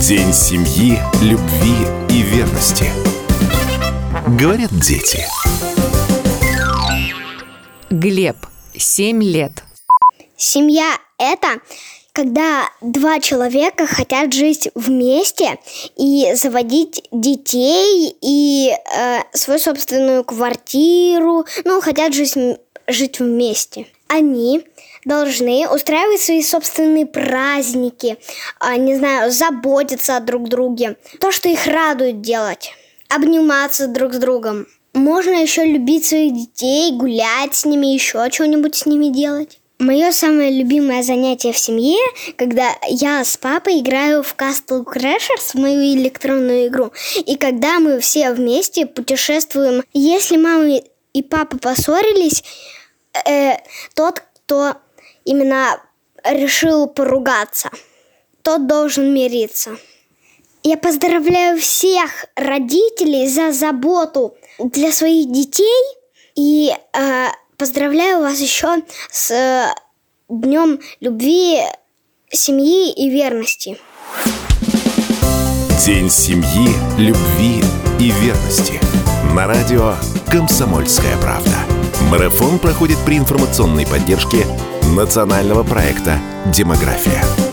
День семьи, любви и верности. Говорят дети. Глеб, 7 лет. Семья – это когда два человека хотят жить вместе и заводить детей, и свою собственную квартиру, хотят жить вместе. Они должны устраивать свои собственные праздники, заботиться о друг друге. То, что их радует делать. Обниматься друг с другом. Можно еще любить своих детей, гулять с ними, еще что-нибудь с ними делать. Мое самое любимое занятие в семье, когда я с папой играю в Castle Crashers, в мою электронную игру, и когда мы все вместе путешествуем. Если мама и папа поссорились, тот, кто именно решил поругаться, тот должен мириться. Я поздравляю всех родителей за заботу для своих детей и поздравляю вас еще с Днем любви, семьи и верности. День семьи, любви и верности. На радио «Комсомольская правда». Марафон проходит при информационной поддержке национального проекта «Демография».